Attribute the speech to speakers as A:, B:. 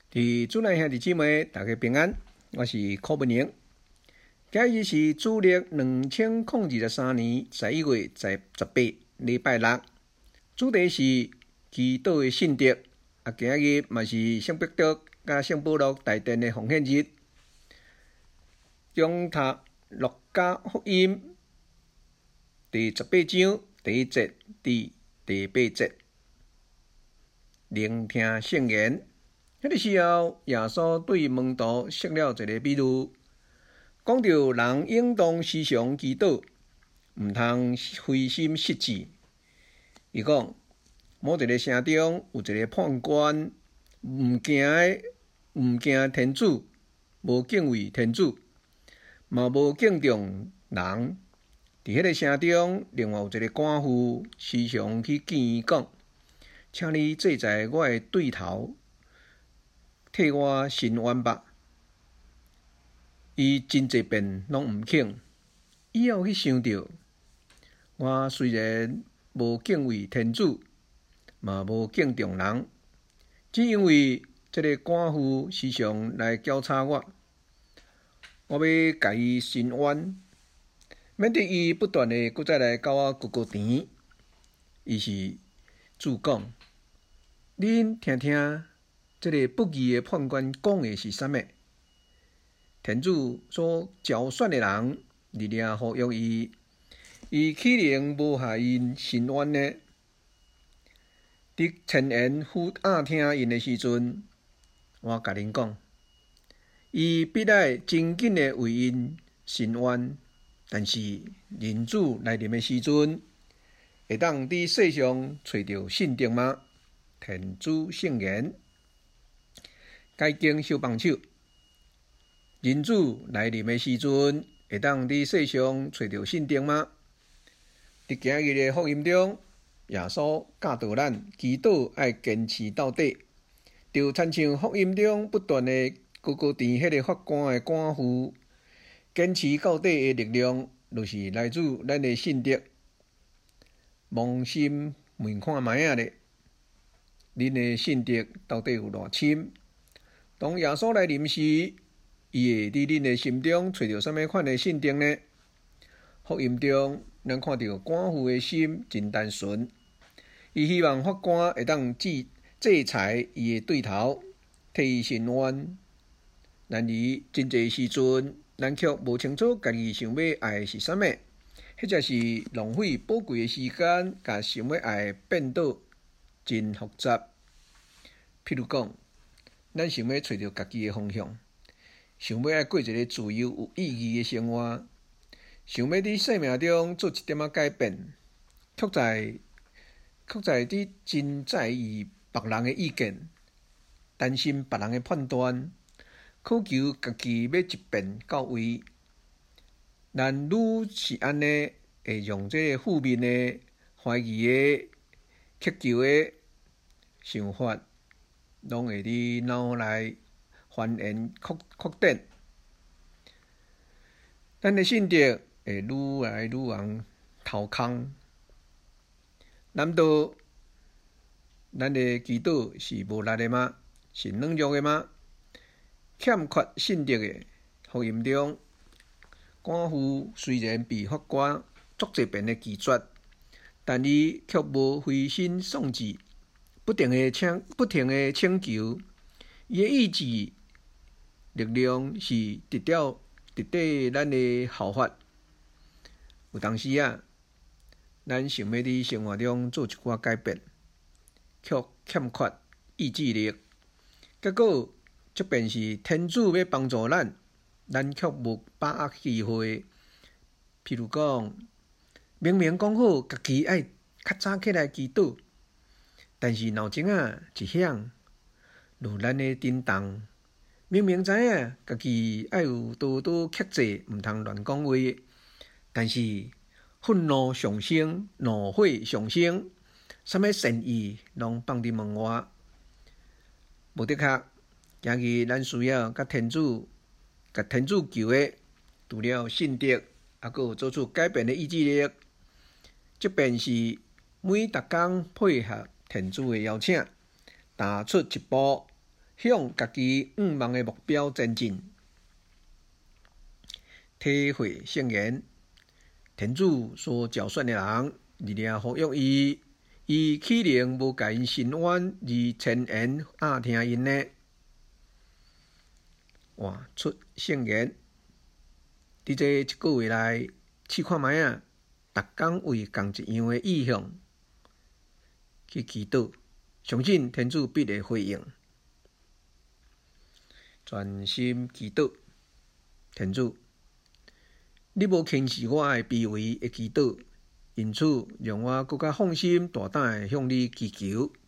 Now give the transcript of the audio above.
A: 主内兄弟姊妹，大家平安，我是柯文英。今日是主历2023年11月18礼拜六，主题是祈祷的信德。今日嘛是圣彼得甲圣保罗大殿的奉献日。中读路加福音第18章第1节至第8节，聆听圣言。迄个时候，耶稣对门徒设了一个比喻，讲到人应当时常祈祷，毋通灰心失志。伊讲，某一个城中有一个判官，毋惊天主，无敬畏天主，嘛无敬重人。伫迄个城中，另外有一个官夫，时常去见伊讲，请你制裁我的对头，替我伸冤吧。伊真济遍拢毋肯。以后去想着，我虽然无敬畏天主，嘛无敬重人，只因为这个官夫时常来搅吵我，我要甲伊伸冤，免得伊不断的再来甲我糊甜。伊是主讲，恁听听，这个不义的判官讲的是啥物？天主所招选的人，力量服用伊，伊岂能无下因伸冤呢？伫前言负压听因的时阵，我甲恁讲，伊必来真紧的为因伸冤，但是人子来临的时阵，会当伫世上找到信德吗？天主圣言。解经小帮手，人子来临的时阵，会当伫世上找到信德吗？伫今日的福音中，耶稣教导咱祈祷爱坚持到底，就亲像福音中不断的糊甜迄个法官的官夫，坚持到底的力量，就是来自咱的信德。扪心问看卖啊咧，恁的信德到底有偌深？当耶稣来临时，伊会伫恁的心中找到什么款的信德呢？福音中，咱看到官夫的心真单纯，伊希望法官会当制裁伊的对头，替伊伸冤。然而真济时阵，咱却无清楚家己想要爱的是啥物，或者是浪费宝贵的时间，甲想要爱变倒真复杂。譬如讲，咱想要找到家己的方向，想要爱过一个自由有意义的生活，想要伫生命中做一点仔改变，却在伫真在意别人的意见，担心别人的判断，渴求家己要一辩到位。咱愈是安尼，会用这个负面的、怀疑的、乞求的想法，拢会伫脑内繁衍扩展，咱的信德会愈来愈往头空。难道咱的祈祷是无力的吗？是软弱的吗？欠缺信德的福音中，官夫虽然被法官足济遍的拒绝，但伊却无灰心丧志，不停的请求，伊的意志力量是直抵咱的效法。有当时啊，咱想要伫生活中做一寡改变，却欠缺意志力，结果即便是天主要帮助咱，咱却无把握机会。譬如讲，明明讲好家己爱较早起来祈祷，但是闹钟啊一响，如咱的震动。明明知影家己爱有多克制，毋通乱讲话，但是愤怒上升，怒火上升，啥物善意拢放伫门外。无的确，今日咱需要甲天主求的，除了信德，还佫有做出改变的意志力。即便是每工配合天主的邀请，踏出一步， 向家己望的目标前进。体会圣言，天主所召选的人，力量服务伊，伊岂能无甲因伸冤而前言压听因呢？活出圣言，伫这一个月内试看卖啊，逐工为同一样的意向去祈祷，相信天主必会回应。专心祈祷，天主，你无轻视我的卑微的祈祷，因此让我更加放心大胆的向你祈求。